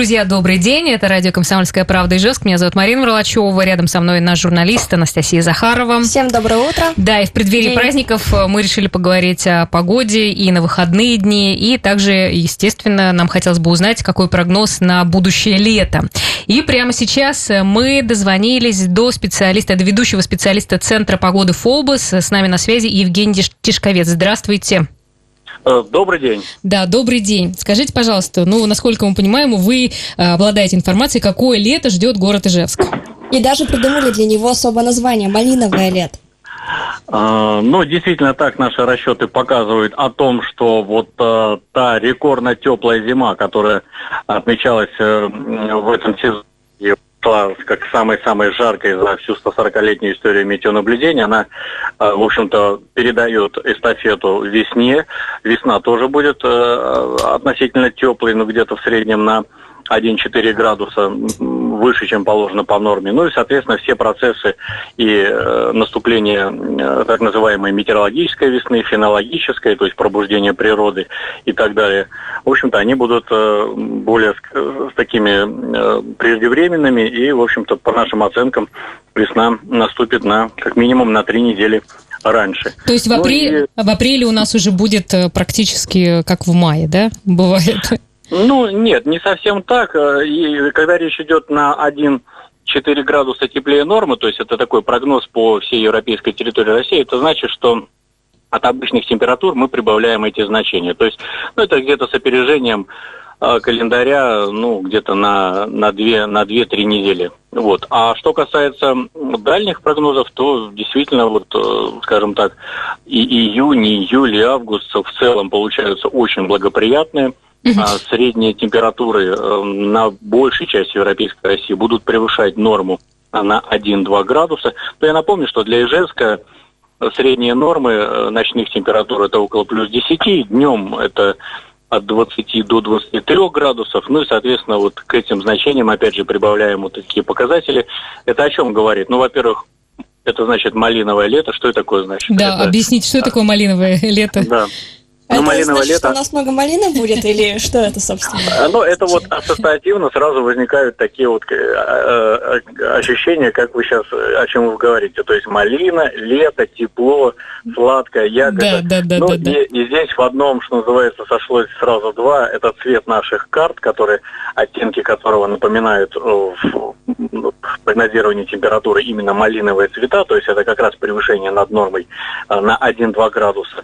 Друзья, добрый день. Это радио «Комсомольская правда» Ижевск. Меня зовут Марина Мролачева. Рядом со мной наш журналист Анастасия Захарова. Всем доброе утро. Да, и в преддверии праздников мы решили поговорить о погоде и на выходные дни. И также, естественно, нам хотелось бы узнать, какой прогноз на будущее лето. И прямо сейчас мы дозвонились до ведущего специалиста Центра погоды ФОБОС. С нами на связи Евгений Тишковец. Здравствуйте. Добрый день. Да, добрый день. Скажите, пожалуйста, насколько мы понимаем, вы обладаете информацией, какое лето ждет город Ижевск. И даже придумали для него особое название – «Малиновое лето». Действительно так наши расчеты показывают о том, что вот та рекордно теплая зима, которая отмечалась в этом сезоне, как самой жаркой за всю 140-летнюю историю метеонаблюдения, она, в общем-то, передает эстафету весне. Весна тоже будет относительно теплой, где-то в среднем на 1-4 градуса выше, чем положено по норме. И, соответственно, все процессы и наступление так называемой метеорологической весны, фенологической, то есть пробуждение природы и так далее, в общем-то, они будут более с такими преждевременными, и, в общем-то, по нашим оценкам, весна наступит как минимум на 3 недели раньше. То есть в апреле у нас уже будет практически как в мае, да, бывает? Нет, не совсем так. И когда речь идет на 1-4 градуса теплее нормы, то есть это такой прогноз по всей европейской территории России, это значит, что от обычных температур мы прибавляем эти значения. То есть, это где-то с опережением календаря, где-то на 2-3 недели. Вот. А что касается дальних прогнозов, то действительно, скажем так, и июнь, и июль, и август в целом получаются очень благоприятные. Средние температуры на большей части Европейской России будут превышать норму на 1-2 градуса. То я напомню, что для Ижевска средние нормы ночных температур это около плюс 10, днем это от 20 до 23 градусов. И, соответственно, к этим значениям, опять же, прибавляем такие показатели. Это о чем говорит? Во-первых, это значит малиновое лето. Что это такое значит? Да, объясните, что такое малиновое лето? Да. Это значит, что у нас много малины будет, или что это, собственно? Это ассоциативно сразу возникают такие ощущения, как вы сейчас, о чем вы говорите. То есть малина, лето, тепло, сладкая ягода. Да. И здесь в одном, что называется, сошлось сразу два. Это цвет наших карт, оттенки которого напоминают в прогнозировании температуры именно малиновые цвета. То есть это как раз превышение над нормой на 1-2 градуса.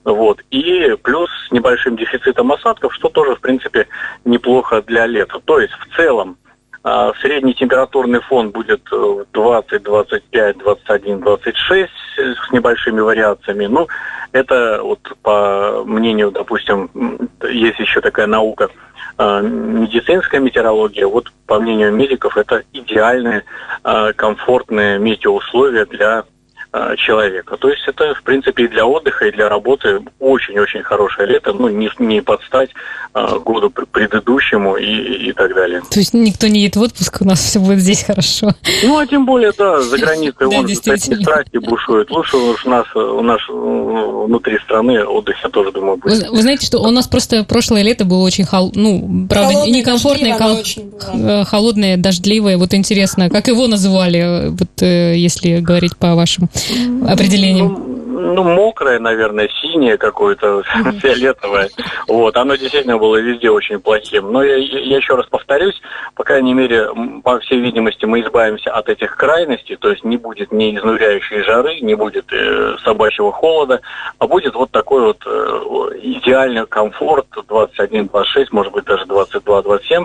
И плюс с небольшим дефицитом осадков, что тоже, в принципе, неплохо для лета. То есть, в целом, средний температурный фон будет 20, 25, 21, 26 с небольшими вариациями. Это, по мнению, допустим, есть еще такая наука, медицинская метеорология. По мнению медиков, это идеальные, комфортные метеоусловия для человека. То есть это, в принципе, и для отдыха, и для работы очень-очень хорошее лето, не под стать году предыдущему и так далее. То есть никто не едет в отпуск, у нас все будет здесь хорошо. А тем более, да, за границей такие страсти бушуют. Лучше у нас внутри страны отдых, я тоже думаю, будет. Вы знаете, что у нас просто прошлое лето было очень, правда, холодное, некомфортное, холодное, дождливое. Интересно, как его называли, если говорить по вашим определением? Мокрое, наверное, синее какое-то, фиолетовое. Оно действительно было везде очень плохим. Но я еще раз повторюсь, по крайней мере, по всей видимости, мы избавимся от этих крайностей, то есть не будет ни изнуряющей жары, не будет собачьего холода, а будет такой идеальный комфорт 21-26, может быть, даже 22-27,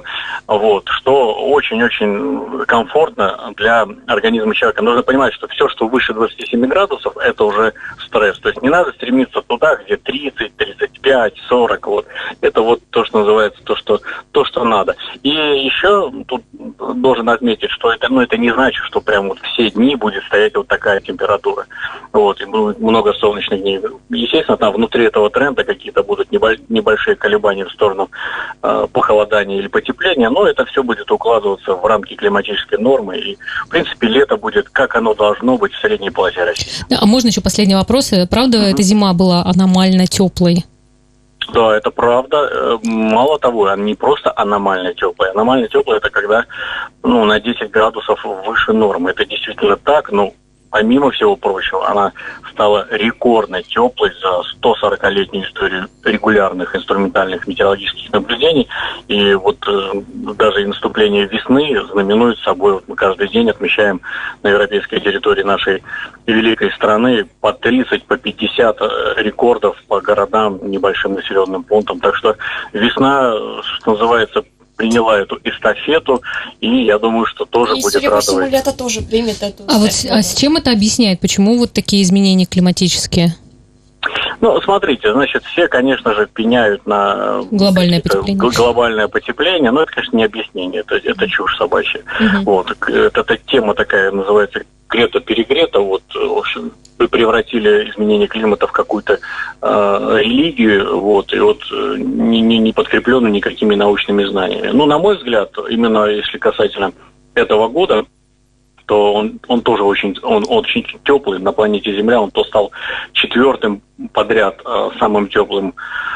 что очень-очень комфортно для организма человека. Нужно понимать, что все, что выше 27 градусов, это уже стресс. То есть не надо стремиться туда, где 30, 35, 40. Это то, что называется, то, что надо. И еще тут должен отметить, что это не значит, что прям все дни будет стоять такая температура. И будет много солнечных дней. Естественно, там внутри этого тренда какие-то будут небольшие колебания в сторону похолодания или потепления, но это все будет укладываться в рамки климатической нормы. И, в принципе, лето будет, как оно должно быть в средней полосе России. А можно еще последний вопрос? Правда, эта зима была аномально теплой? Да, это правда. Мало того, она не просто аномально теплая. Аномально теплая – это когда на 10 градусов выше нормы. Это действительно так, но помимо всего прочего, она стала рекордно теплой за 140-летнюю историю регулярных инструментальных метеорологических наблюдений. И вот даже наступление весны знаменует собой, вот мы каждый день отмечаем на европейской территории нашей великой страны по 30, по 50 рекордов по городам, небольшим населенным пунктам. Так что весна, что называется, приняла эту эстафету, и я думаю, что тоже будет радовать. И, судя по всему, лето тоже примет эту эстафету. А с чем это объясняет? Почему вот такие изменения климатические? Смотрите, значит, все, конечно же, пеняют на глобальное потепление, но это, конечно, не объяснение, это чушь собачья. Вот, эта тема такая называется «Грета-перегрета», вот, в общем, вы превратили изменение климата в какую-то религию, вот, и вот не подкрепленную никакими научными знаниями. На мой взгляд, именно если касательно этого года, то он тоже очень теплый на планете Земля. Он то стал 4-м подряд самым теплым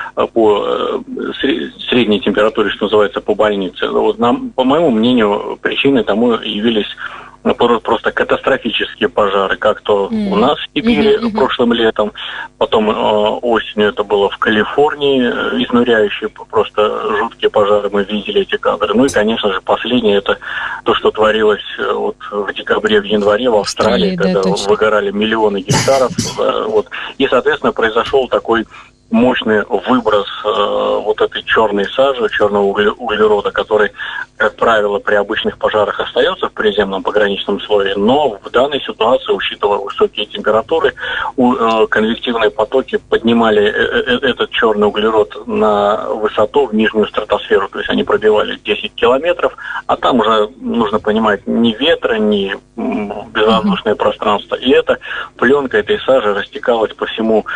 по средней температуре, что называется, по больнице. Вот по моему мнению, причиной тому явились просто катастрофические пожары, как то у нас в Сибири прошлым летом, потом осенью это было в Калифорнии, изнуряющие, просто жуткие пожары, мы видели эти кадры. И, конечно же, последнее это то, что творилось вот в декабре, в январе в Австралии, когда выгорали миллионы гектаров. Вот. И, соответственно, произошел такой мощный выброс вот этой черной сажи, черного углерода, который, как правило, при обычных пожарах остается в приземном пограничном слое, но в данной ситуации, учитывая высокие температуры, конвективные потоки поднимали этот черный углерод на высоту, в нижнюю стратосферу, то есть они пробивали 10 километров, а там уже, нужно понимать, ни ветра, ни безвоздушное пространство, и эта пленка этой сажи растекалась по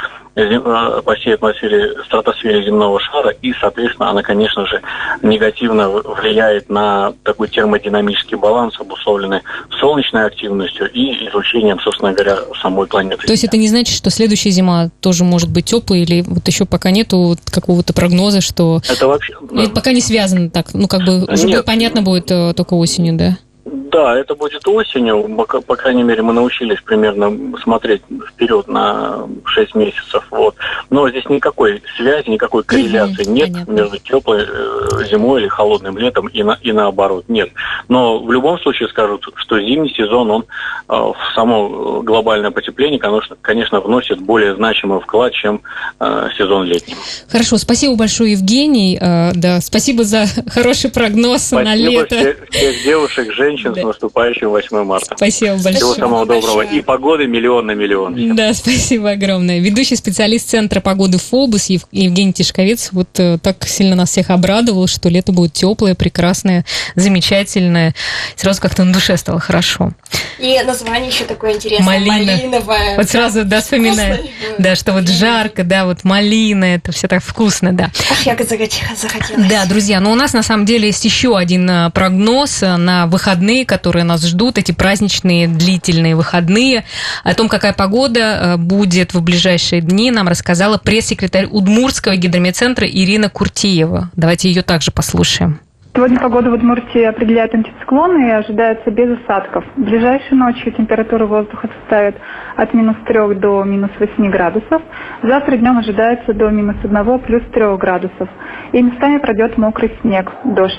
всей атмосфере, стратосфере земного шара, и, соответственно, она, конечно же, негативно влияет на такой термодинамический баланс, обусловленный солнечной активностью и излучением, собственно говоря, самой планеты. То есть это не значит, что следующая зима тоже может быть теплой, или вот еще пока нету какого-то прогноза, что... Это вообще... Это пока не связано так, уже понятно будет только осенью, да? Да, это будет осенью, по крайней мере, мы научились примерно смотреть вперед на 6 месяцев, вот. Но здесь никакой связи, никакой корреляции нет между теплой зимой или холодным летом и наоборот, нет. Но в любом случае скажу, что зимний сезон, он в само глобальное потепление, конечно, вносит более значимый вклад, чем сезон летний. Хорошо, спасибо большое, Евгений. Да, спасибо за хороший прогноз на лето. Спасибо всех девушек, женщин, с наступающим 8 марта. Спасибо большое. Всего самого доброго. И погоды миллион на миллион. Да, спасибо огромное. Ведущий специалист Центра погоды ФОБУС Евгений Тишковец вот так сильно нас всех обрадовал, что лето будет теплое, прекрасное, замечательное. Сразу как-то на душе стало хорошо. И название еще такое интересное. Малиновое. Вот сразу, да, вспоминаю. Да, что вот жарко, да, вот малина, это все так вкусно, да. Ах, я захотелось. Да, друзья, но у нас на самом деле есть еще один прогноз на выходные, которые нас ждут, эти праздничные длительные выходные. О том, какая погода будет в ближайшие дни, нам рассказала пресс-секретарь Удмуртского гидрометцентра Ирина Куртиева. Давайте ее также послушаем. Сегодня погоду в Удмуртии определяют антициклоны и ожидается без осадков. В ближайшей ночью температура воздуха составит от -3 до -8 градусов. Завтра днем ожидается до -1 плюс 3 градусов. И местами пройдет мокрый снег, дождь.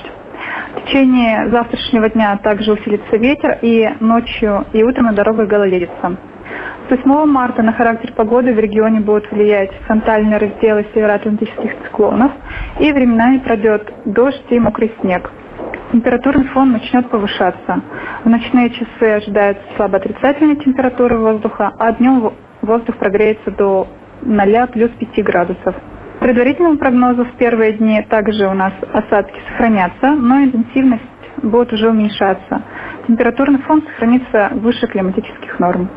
В течение завтрашнего дня также усилится ветер, и ночью и утром на дорогах гололедица. С 8 марта на характер погоды в регионе будут влиять фронтальные разделы североатлантических циклонов, и временами пройдет дождь и мокрый снег. Температурный фон начнет повышаться. В ночные часы ожидается слабо отрицательная температура воздуха, а днем воздух прогреется до 0 плюс 5 градусов. По предварительному прогнозу в первые дни также у нас осадки сохранятся, но интенсивность будет уже уменьшаться. Температурный фон сохранится выше климатических норм.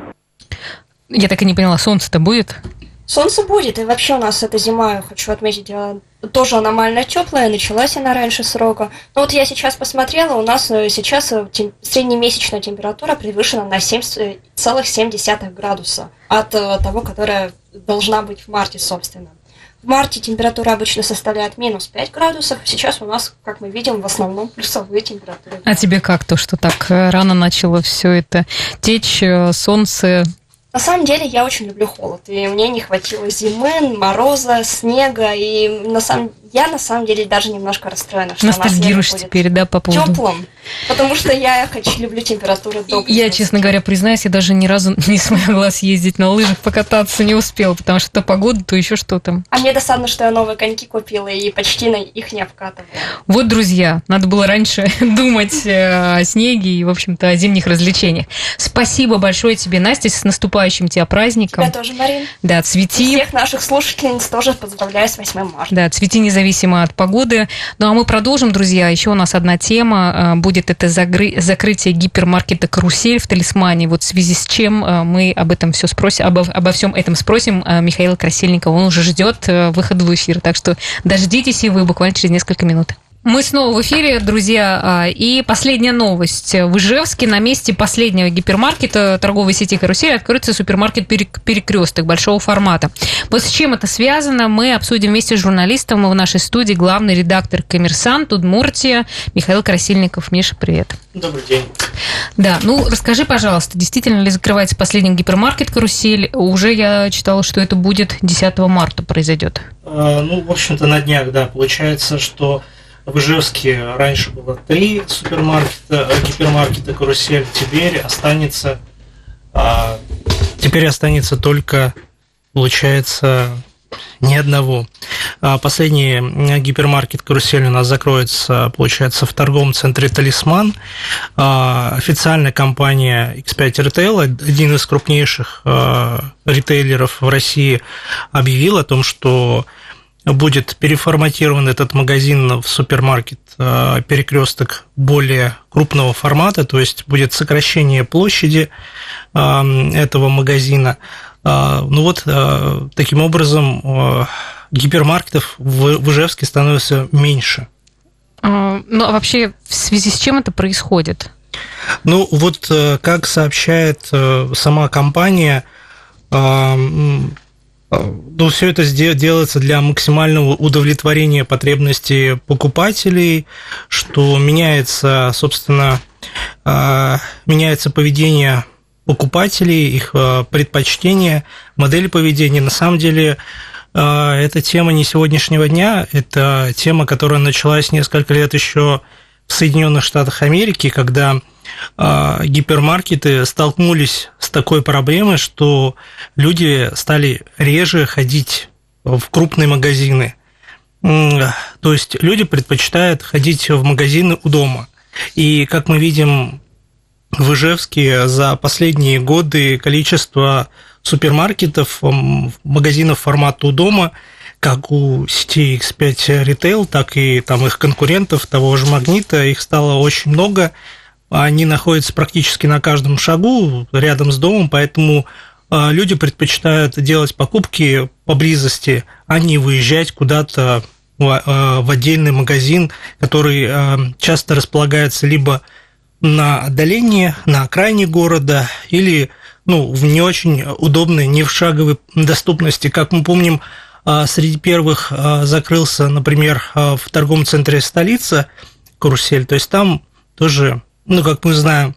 Я так и не поняла, солнце-то будет? Солнце будет, и вообще у нас эта зима, я хочу отметить, тоже аномально теплая, началась она раньше срока. Но вот я сейчас посмотрела, у нас сейчас среднемесячная температура превышена на 7,7 градуса от того, которая должна быть в марте, собственно. В марте температура обычно составляет минус 5 градусов. Сейчас у нас, как мы видим, в основном плюсовые температуры. А тебе как то, что так рано начало все это течь, солнце? На самом деле я очень люблю холод, и мне не хватило зимы, мороза, снега, и я на самом деле даже немножко расстроена, что ностальгируешь теперь, да, по поводу... теплым, потому что я люблю температуру до плюс. Я, честно говоря, признаюсь, я даже ни разу не смогла съездить на лыжах, покататься не успела, потому что то погода, то еще что-то. А мне досадно, что я новые коньки купила и почти на их не обкатывала. Вот, друзья, надо было раньше думать о снеге и, в общем-то, о зимних развлечениях. Спасибо большое тебе, Настя, с наступающим тебя праздником. Тебя тоже, Марин. Да, цвети. Всех наших слушательниц тоже поздравляю с 8 марта. Да, цвети независимо от погоды. Ну, а мы продолжим, друзья. Еще у нас одна тема. Будет это закрытие гипермаркета «Карусель» в Талисмане. Вот в связи с чем мы об этом все спросим, обо всем этом спросим Михаила Красильникова. Он уже ждет выхода в эфир. Так что дождитесь и вы буквально через несколько минут. Мы снова в эфире, друзья, и последняя новость. В Ижевске на месте последнего гипермаркета торговой сети «Карусель» откроется супермаркет «Перекресток» большого формата. Вот с чем это связано, мы обсудим вместе с журналистом в нашей студии, главный редактор «Коммерсант» Удмуртия Михаил Красильников. Миша, привет. Добрый день. Да, ну расскажи, пожалуйста, действительно ли закрывается последний гипермаркет «Карусель»? Уже я читала, что это будет 10 марта произойдет. Ну, в общем-то, на днях, да, получается, что в Ижевске раньше было 3 гипермаркета «Карусель», теперь останется только, получается, ни одного. Последний гипермаркет «Карусель» у нас закроется, получается, в торговом центре «Талисман». Официальная компания X5 Retail, один из крупнейших ритейлеров в России, объявила о том, что будет переформатирован этот магазин в супермаркет «Перекресток» более крупного формата, то есть будет сокращение площади этого магазина. Ну вот, таким образом, гипермаркетов в Ижевске становится меньше. Ну, а вообще, в связи с чем это происходит? Ну, вот как сообщает сама компания, ну, все это делается для максимального удовлетворения потребностей покупателей, что меняется, собственно, меняется поведение покупателей, их предпочтения, модели поведения. На самом деле, эта тема не сегодняшнего дня, это тема, которая началась несколько лет еще в Соединенных Штатах Америки, когда гипермаркеты столкнулись с такой проблемой, что люди стали реже ходить в крупные магазины. То есть люди предпочитают ходить в магазины у дома. И, как мы видим, в Ижевске за последние годы количество супермаркетов, магазинов формата у дома, как у сети X5 Retail, так и там их конкурентов, того же «Магнита», их стало очень много. Они находятся практически на каждом шагу рядом с домом, поэтому люди предпочитают делать покупки поблизости, а не выезжать куда-то в отдельный магазин, который часто располагается либо на отдалении, на окраине города, или в не очень удобной, не в шаговой доступности. Как мы помним, среди первых закрылся, например, в торговом центре «Столица» «Карусель», то есть там тоже, как мы знаем,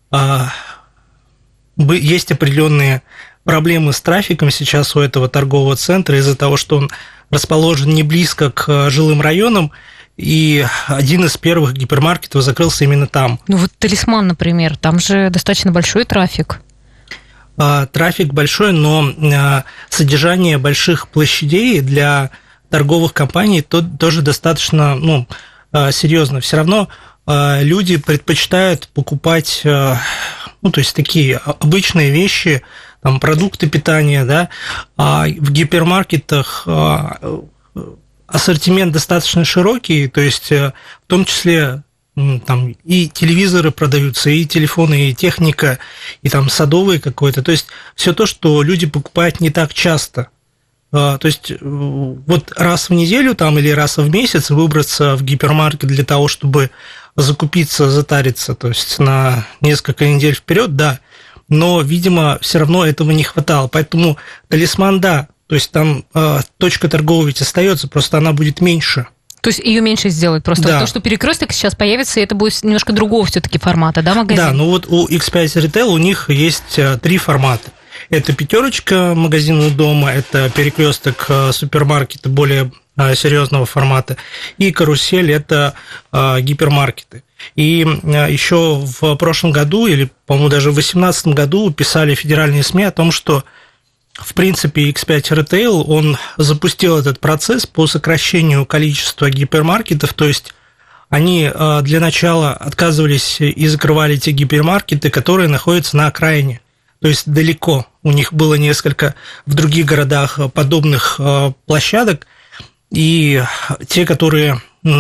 есть определенные проблемы с трафиком сейчас у этого торгового центра из-за того, что он расположен не близко к жилым районам, и один из первых гипермаркетов закрылся именно там. Ну вот «Талисман», например, там же достаточно большой трафик. Трафик большой, но содержание больших площадей для торговых компаний тоже достаточно серьезно. Все равно люди предпочитают покупать, то есть такие обычные вещи, там, продукты питания, да, а в гипермаркетах ассортимент достаточно широкий, то есть в том числе там и телевизоры продаются, и телефоны, и техника, и там садовые какой-то, то есть все то, что люди покупают не так часто. То есть вот раз в неделю там, или раз в месяц выбраться в гипермаркет для того, чтобы закупиться, затариться, то есть на несколько недель вперед, да, но, видимо, все равно этого не хватало. Поэтому «Талисман», да, То есть там точка торговая ведь остается, просто она будет меньше. То есть ее меньше сделать просто. Да. То, что перекресток сейчас появится, это будет немножко другого все-таки формата, да, магазин? Да, ну вот у X5 Retail у них есть 3 формата. Это пятерочка магазин у дома, это перекресток супермаркета более серьезного формата, и карусель это гипермаркеты. И еще в прошлом году, или, по-моему, даже в 2018 году писали федеральные СМИ о том, что в принципе X5 Retail, он запустил этот процесс по сокращению количества гипермаркетов, то есть они для начала отказывались и закрывали те гипермаркеты, которые находятся на окраине, то есть далеко. У них было несколько в других городах подобных площадок, и те, которые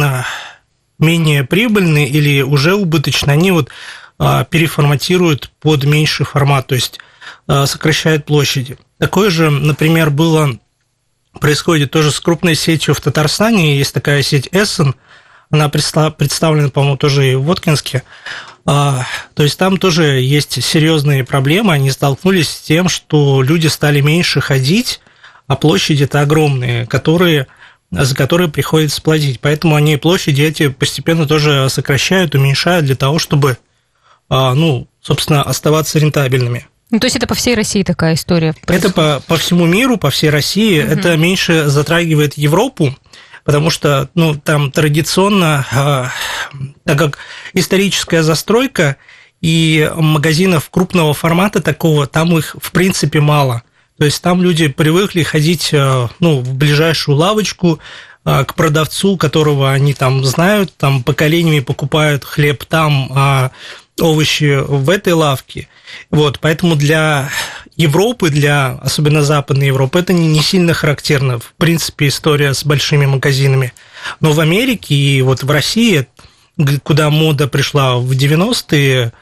менее прибыльные или уже убыточные, они вот переформатируют под меньший формат, то есть сокращают площади. Такое же, например, происходит тоже с крупной сетью в Татарстане. Есть такая сеть Эссен, она представлена, по-моему, тоже и в Воткинске. То есть там тоже есть серьезные проблемы. Они столкнулись с тем, что люди стали меньше ходить, а площади-то огромные, за которые приходится платить. Поэтому они площади эти постепенно тоже сокращают, уменьшают для того, чтобы, собственно, оставаться рентабельными. Ну, то есть это по всей России такая история происходит? Это по всему миру, по всей России. Угу. Это меньше затрагивает Европу, потому что там традиционно, так как историческая застройка и магазинов крупного формата такого, там их в принципе мало. То есть там люди привыкли ходить в ближайшую лавочку к продавцу, которого они там знают, там поколениями покупают хлеб там, а овощи в этой лавке. Вот, поэтому для Европы, особенно Западной Европы, это не сильно характерно. В принципе, история с большими магазинами. Но в Америке и вот в России, куда мода пришла в 90-е,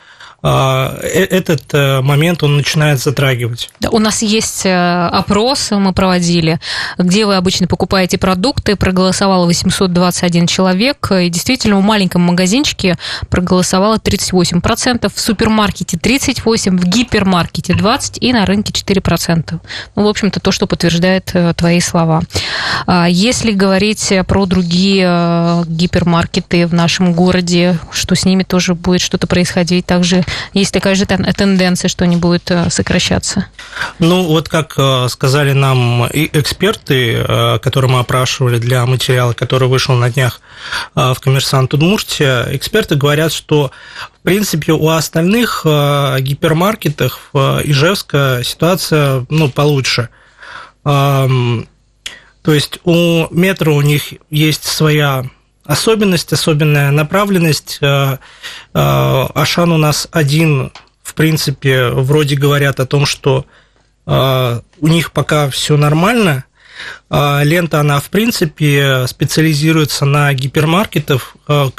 этот момент он начинает затрагивать. Да, у нас есть опрос, мы проводили, где вы обычно покупаете продукты, проголосовало 821 человек, и действительно в маленьком магазинчике проголосовало 38%, в супермаркете 38%, в гипермаркете 20% и на рынке 4%. Ну, в общем-то, то, что подтверждает твои слова. Если говорить про другие гипермаркеты в нашем городе, что с ними тоже будет что-то происходить, также есть такая же тенденция, что они будут сокращаться? Ну, вот как сказали нам и эксперты, которые мы опрашивали для материала, который вышел на днях в «Коммерсант Удмуртия», эксперты говорят, что, в принципе, у остальных гипермаркетов Ижевска ситуация, получше. То есть у Метро у них есть своя особенная направленность. Ашан у нас один, в принципе, вроде говорят о том, что у них пока все нормально. Лента, она, в принципе, специализируется на гипермаркетах,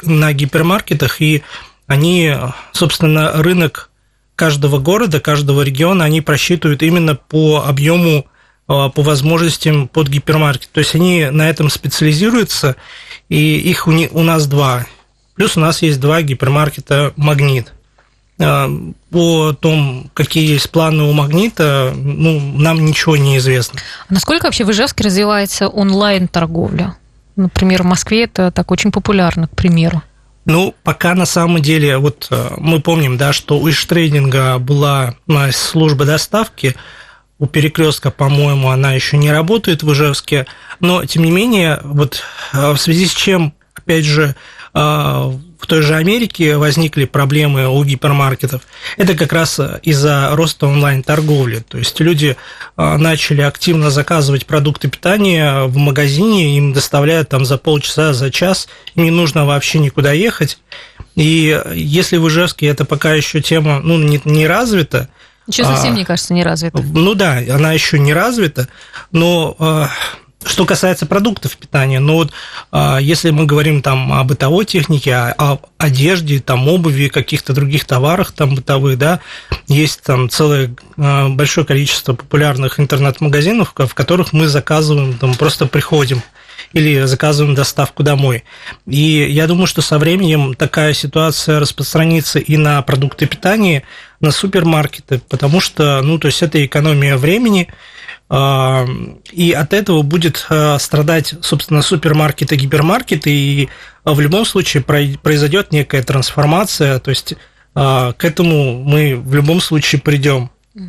и они, собственно, рынок каждого города, каждого региона, они просчитывают именно по объему, по возможностям под гипермаркет. То есть они на этом специализируются, и их у нас 2. Плюс у нас есть 2 гипермаркета «Магнит». О том, какие есть планы у «Магнита», нам ничего не известно. А насколько вообще в Ижевске развивается онлайн-торговля? Например, в Москве это так очень популярно, к примеру. Пока на самом деле, вот мы помним, да, что у Ижтрейдинга была служба доставки, у Перекрестка, по-моему, она еще не работает в Ижевске, но, тем не менее, вот в связи с чем, опять же, в той же Америке возникли проблемы у гипермаркетов, это как раз из-за роста онлайн-торговли. То есть люди начали активно заказывать продукты питания в магазине, им доставляют там за полчаса, за час, им не нужно вообще никуда ехать. И если в Ижевске это пока еще тема не развита, еще совсем, мне кажется, не развита. Да, она еще не развита, но что касается продуктов питания, если мы говорим там о бытовой технике, о одежде, там, обуви, каких-то других товарах там, бытовых, да, есть там целое большое количество популярных интернет-магазинов, в которых мы заказываем, там, просто приходим или заказываем доставку домой. И я думаю, что со временем такая ситуация распространится и на продукты питания, на супермаркеты, потому что, то есть это экономия времени, И от этого будет страдать, собственно, супермаркеты, гипермаркеты, и в любом случае произойдет некая трансформация, то есть к этому мы в любом случае придем.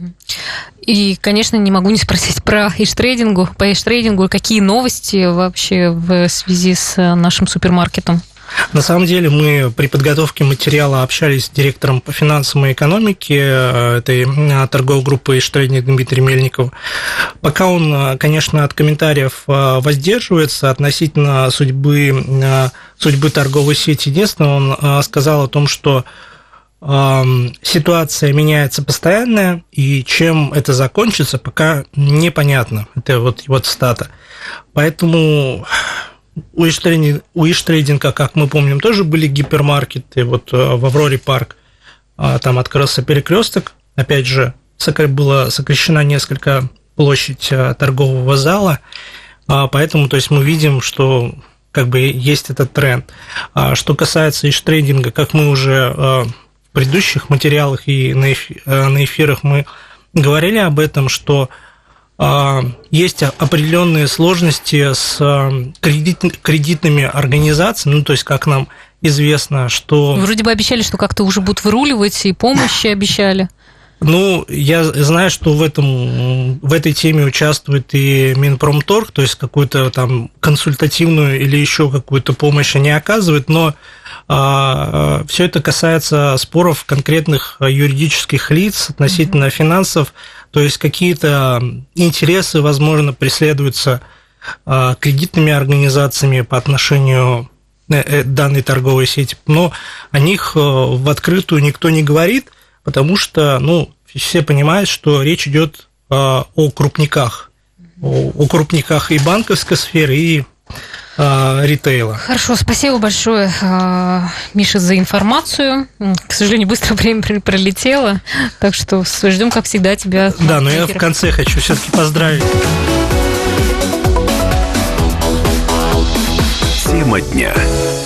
И, конечно, не могу не спросить про эйж-трейдингу. По эйж-трейдингу какие новости вообще в связи с нашим супермаркетом? На самом деле мы при подготовке материала общались с директором по финансам и экономике этой торговой группы эйж-трейдинг Дмитрий Мельников. Пока он, конечно, от комментариев воздерживается относительно судьбы торговой сети. Единственное, он сказал о том, что ситуация меняется постоянно, и чем это закончится, пока непонятно. Это вот его цитата. Поэтому у эйж-трейдинга, как мы помним, тоже были гипермаркеты. Вот в Авроре парк там открылся перекресток. Опять же, была сокращена несколько площадь торгового зала. Поэтому, то есть, мы видим, что как бы есть этот тренд. Что касается эйж-трейдинга, как мы уже в предыдущих материалах и на эфирах мы говорили об этом, что есть определенные сложности с кредитными организациями, ну, то есть, как нам известно, что... Вроде бы обещали, что как-то уже будут выруливать, и помощи обещали. Ну, я знаю, что в этой теме участвует и Минпромторг, то есть, какую-то там консультативную или еще какую-то помощь они оказывают, но все это касается споров конкретных юридических лиц относительно финансов, то есть какие-то интересы, возможно, преследуются кредитными организациями по отношению к данной торговой сети, но о них в открытую никто не говорит, потому что, ну, все понимают, что речь идет о крупниках и банковской сферы, и ритейла. Хорошо, спасибо большое, Миша, за информацию. К сожалению, быстро время пролетело, так что ждем, как всегда, тебя. Да, но я в конце хочу все-таки поздравить. Тема дня.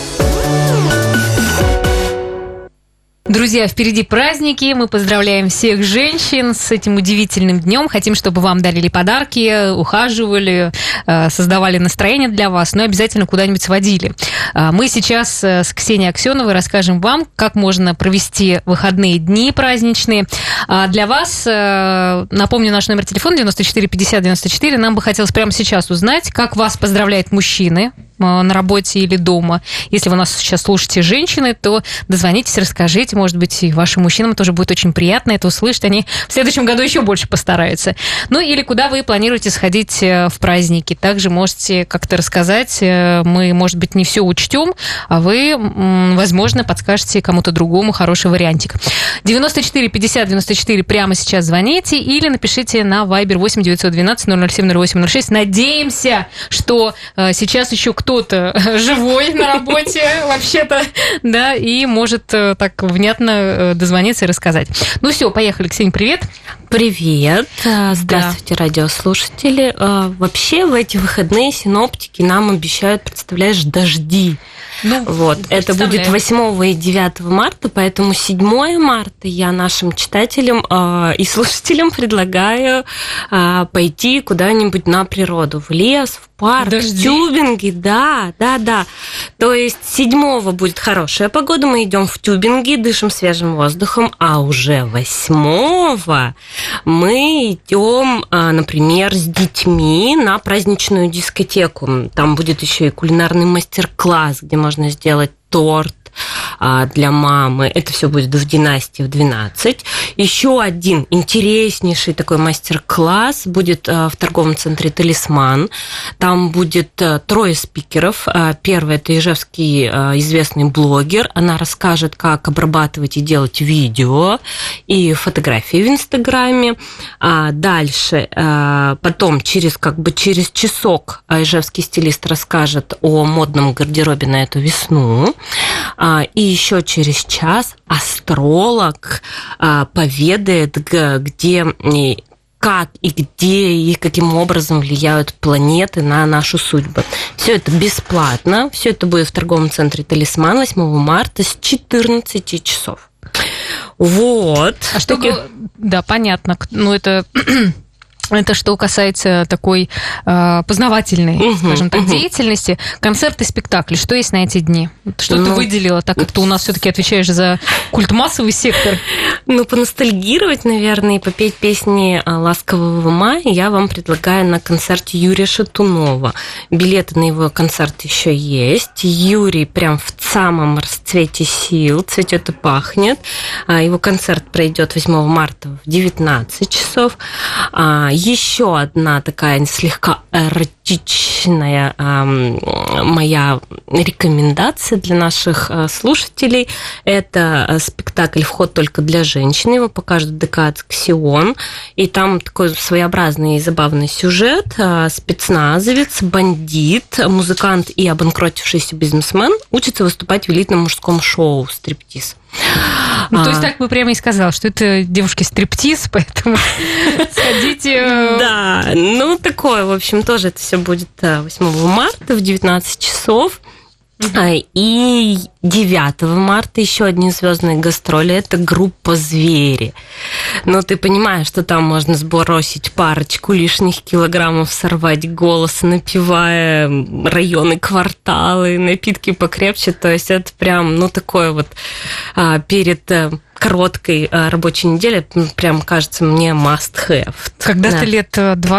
Друзья, впереди праздники, мы поздравляем всех женщин с этим удивительным днем. Хотим, чтобы вам дарили подарки, ухаживали, создавали настроение для вас, но обязательно куда-нибудь сводили. Мы сейчас с Ксенией Аксеновой расскажем вам, как можно провести выходные дни праздничные. Для вас, напомню, наш номер телефона 94 50 94. Нам бы хотелось прямо сейчас узнать, как вас поздравляют мужчины на работе или дома. Если вы нас сейчас слушаете, женщины, то дозвонитесь, расскажите. Может быть, и вашим мужчинам тоже будет очень приятно это услышать. Они в следующем году еще больше постараются. Ну, или куда вы планируете сходить в праздники. Также можете как-то рассказать. Мы, может быть, не все учтем, а вы, возможно, подскажете кому-то другому хороший вариантик. 94 50 94 прямо сейчас звоните или напишите на Viber 8 912 007 08 06. Надеемся, что сейчас еще кто-то живой на работе, вообще-то, да, и может так внятно дозвониться и рассказать. Ну все, поехали. Ксения, привет. Привет. Здравствуйте, радиослушатели. Вообще в эти выходные синоптики нам обещают, представляешь, дожди. Ну, вот. Это будет 8 и 9 марта, поэтому 7 марта я нашим читателям и слушателям предлагаю пойти куда-нибудь на природу, в лес, в парк, в тюбинги. Да. То есть 7 будет хорошая погода, мы идем в тюбинги, дышим свежим воздухом, а уже 8 мы идем, например, с детьми на праздничную дискотеку. Там будет еще и кулинарный мастер-класс, где можно сделать торт для мамы. Это все будет в династии в 12. Еще один интереснейший такой мастер-класс будет в торговом центре «Талисман». Там будет 3 спикеров. Первый – это ижевский известный блогер. Она расскажет, как обрабатывать и делать видео и фотографии в Инстаграме. Дальше, потом через часок ижевский стилист расскажет о модном гардеробе на эту весну. И еще через час астролог поведает, где, как и где и каким образом влияют планеты на нашу судьбу. Все это бесплатно. Все это будет в торговом центре «Талисман» 8 марта с 14 часов. Вот. А что... Да, понятно. Ну, это... Это что касается такой познавательной, скажем так, деятельности. Концерты, спектакли. Что есть на эти дни? Что ты выделила, так как ты у нас все-таки отвечаешь за культмассовый сектор? Поностальгировать, наверное, и попеть песни «Ласкового мая» я вам предлагаю на концерте Юрия Шатунова. Билеты на его концерт еще есть. Юрий прям в самом расцвете сил, цветет и пахнет. Его концерт пройдет 8 марта в 19 часов. Еще одна такая слегка эротичная моя рекомендация для наших слушателей. Это спектакль «Вход только для женщин». Его покажут в ДК «Аксион». И там такой своеобразный и забавный сюжет. Спецназовец, бандит, музыкант и обанкротившийся бизнесмен учатся выступать в элитном мужском шоу «Стриптиз». То есть так бы прямо и сказал, что это девушки-стриптиз, поэтому сходите... Да, такое, в общем, тоже это все будет 8 марта в 19 часов. И 9 марта еще одни звездные гастроли. Это группа «Звери». Ты понимаешь, что там можно сбросить парочку лишних килограммов, сорвать голос, напевая районы, кварталы, напитки покрепче. То есть это прям, такое вот перед короткой рабочей неделе, прям кажется мне must have. Когда-то лет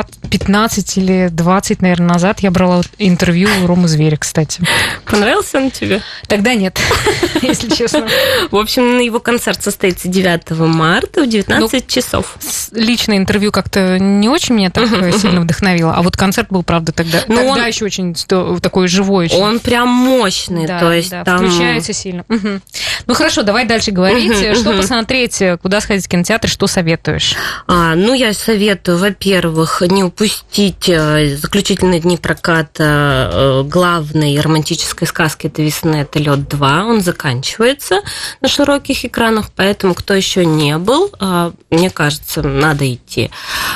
15 или 20, наверное, назад я брала интервью у Ромы Зверя, кстати. Понравился он тебе? Тогда нет, если честно. В общем, его концерт состоится 9 марта в 19 часов. Личное интервью как-то не очень меня так сильно вдохновило, а вот концерт был, правда, тогда еще очень такой живой. Он прям мощный, то есть там... включается сильно. Хорошо, давай дальше говорить. Что посмотреть, куда сходить в кинотеатр, что советуешь? Я советую, во-первых, не упустить заключительные дни проката главной романтической сказки этой весны, это «Лед 2». Он заканчивается на широких экранах, поэтому, кто еще не был, мне кажется, надо идти.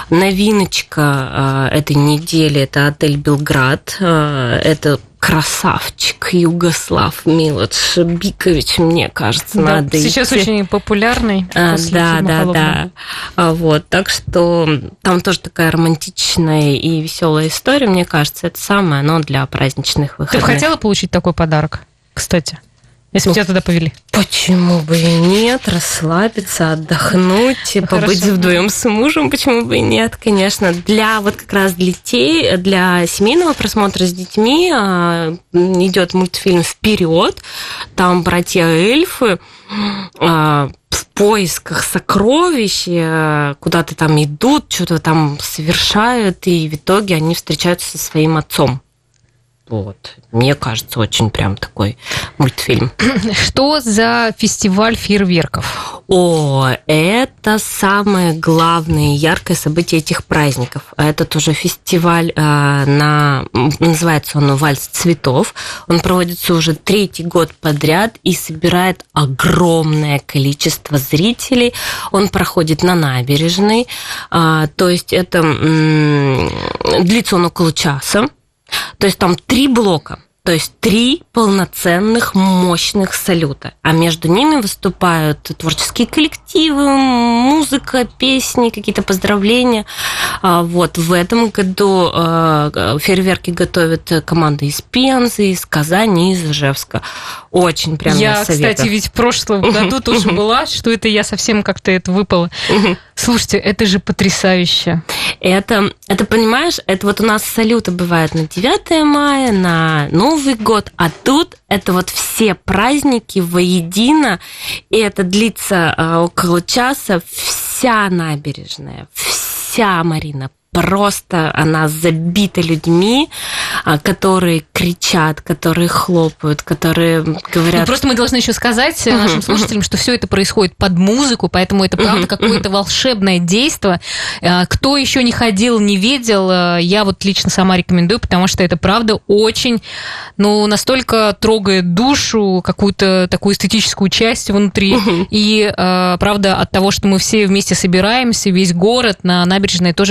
Новиночка этой недели – это «Отель Белград». Это красавчик Югослав Милош Бикович, мне кажется, надо идти. Сейчас очень популярный. Да. Так что там тоже такая романтичная и веселая история. Мне кажется, это самое оно для праздничных выходных. Ты бы хотела получить такой подарок, кстати? Если бы тебя туда повели. Почему бы и нет? Расслабиться, отдохнуть, побыть вдвоем с мужем. Почему бы и нет? Конечно, для как раз для детей, для семейного просмотра с детьми идет мультфильм «Вперед». Там братья-эльфы в поисках сокровищ, куда-то там идут, что-то там совершают, и в итоге они встречаются со своим отцом. Мне кажется, очень прям такой мультфильм. Что за фестиваль фейерверков? Это самое главное и яркое событие этих праздников. Это тоже фестиваль, называется он «Вальс цветов». Он проводится уже 3-й год подряд и собирает огромное количество зрителей. Он проходит на набережной. То есть это длится он около часа. То есть там 3 блока, то есть 3 полноценных мощных салюта. А между ними выступают творческие коллективы, музыка, песни, какие-то поздравления. В этом году фейерверки готовят команда из Пензы, из Казани, из Ижевска. Очень прям я советую. Кстати, ведь в прошлом году тоже была, что это я совсем как-то это выпала. Слушайте, это же потрясающе. Это, понимаешь, это у нас салюты бывают на 9 мая, на Новый год, а тут это все праздники воедино, и это длится около часа. Вся набережная, вся Марина, просто она забита людьми, которые кричат, которые хлопают, которые говорят... Просто мы должны еще сказать нашим слушателям, что все это происходит под музыку, поэтому это правда какое-то волшебное действо. Кто еще не ходил, не видел, я лично сама рекомендую, потому что это правда очень, настолько трогает душу, какую-то такую эстетическую часть внутри. И правда от того, что мы все вместе собираемся, весь город на набережной тоже чувствует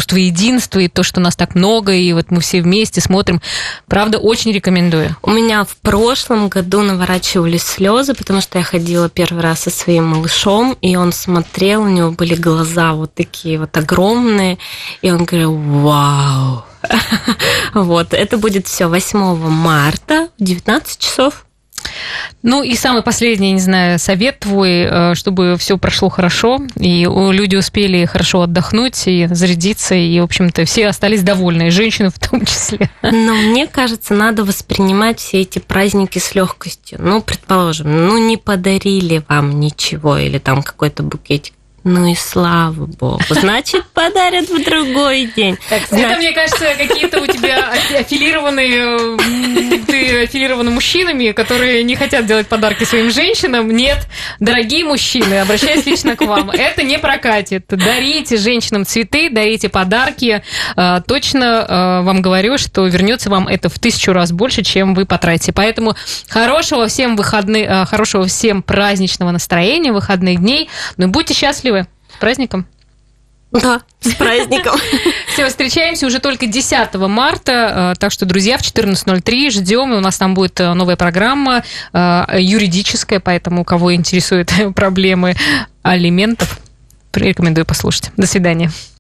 чувство единства, и то, что нас так много, и вот мы все вместе смотрим. Правда, очень рекомендую. У меня в прошлом году наворачивались слезы, потому что я ходила первый раз со своим малышом, и он смотрел, у него были глаза вот такие вот огромные, и он говорил: вау! Вот, это будет все 8 марта в 19 часов. Ну и самый последний, не знаю, совет твой, чтобы все прошло хорошо, и люди успели хорошо отдохнуть и зарядиться, и, в общем-то, все остались довольны, и женщины в том числе. Но мне кажется, надо воспринимать все эти праздники с легкостью. Ну, предположим, не подарили вам ничего или там какой-то букетик. Ну и слава богу. Значит, подарят в другой день. Так, это, мне кажется, какие-то у тебя ты аффилированы мужчинами, которые не хотят делать подарки своим женщинам. Нет, дорогие мужчины, обращаюсь лично к вам. Это не прокатит. Дарите женщинам цветы, дарите подарки. Точно вам говорю, что вернется вам это в 1000 раз больше, чем вы потратите. Поэтому хорошего всем праздничного настроения, выходных дней. Ну и будьте счастливы. С праздником! Да, с праздником! Все, встречаемся уже только 10 марта, так что, друзья, в 14:03 ждем, и у нас там будет новая программа юридическая, поэтому, кого интересуют проблемы алиментов, рекомендую послушать. До свидания.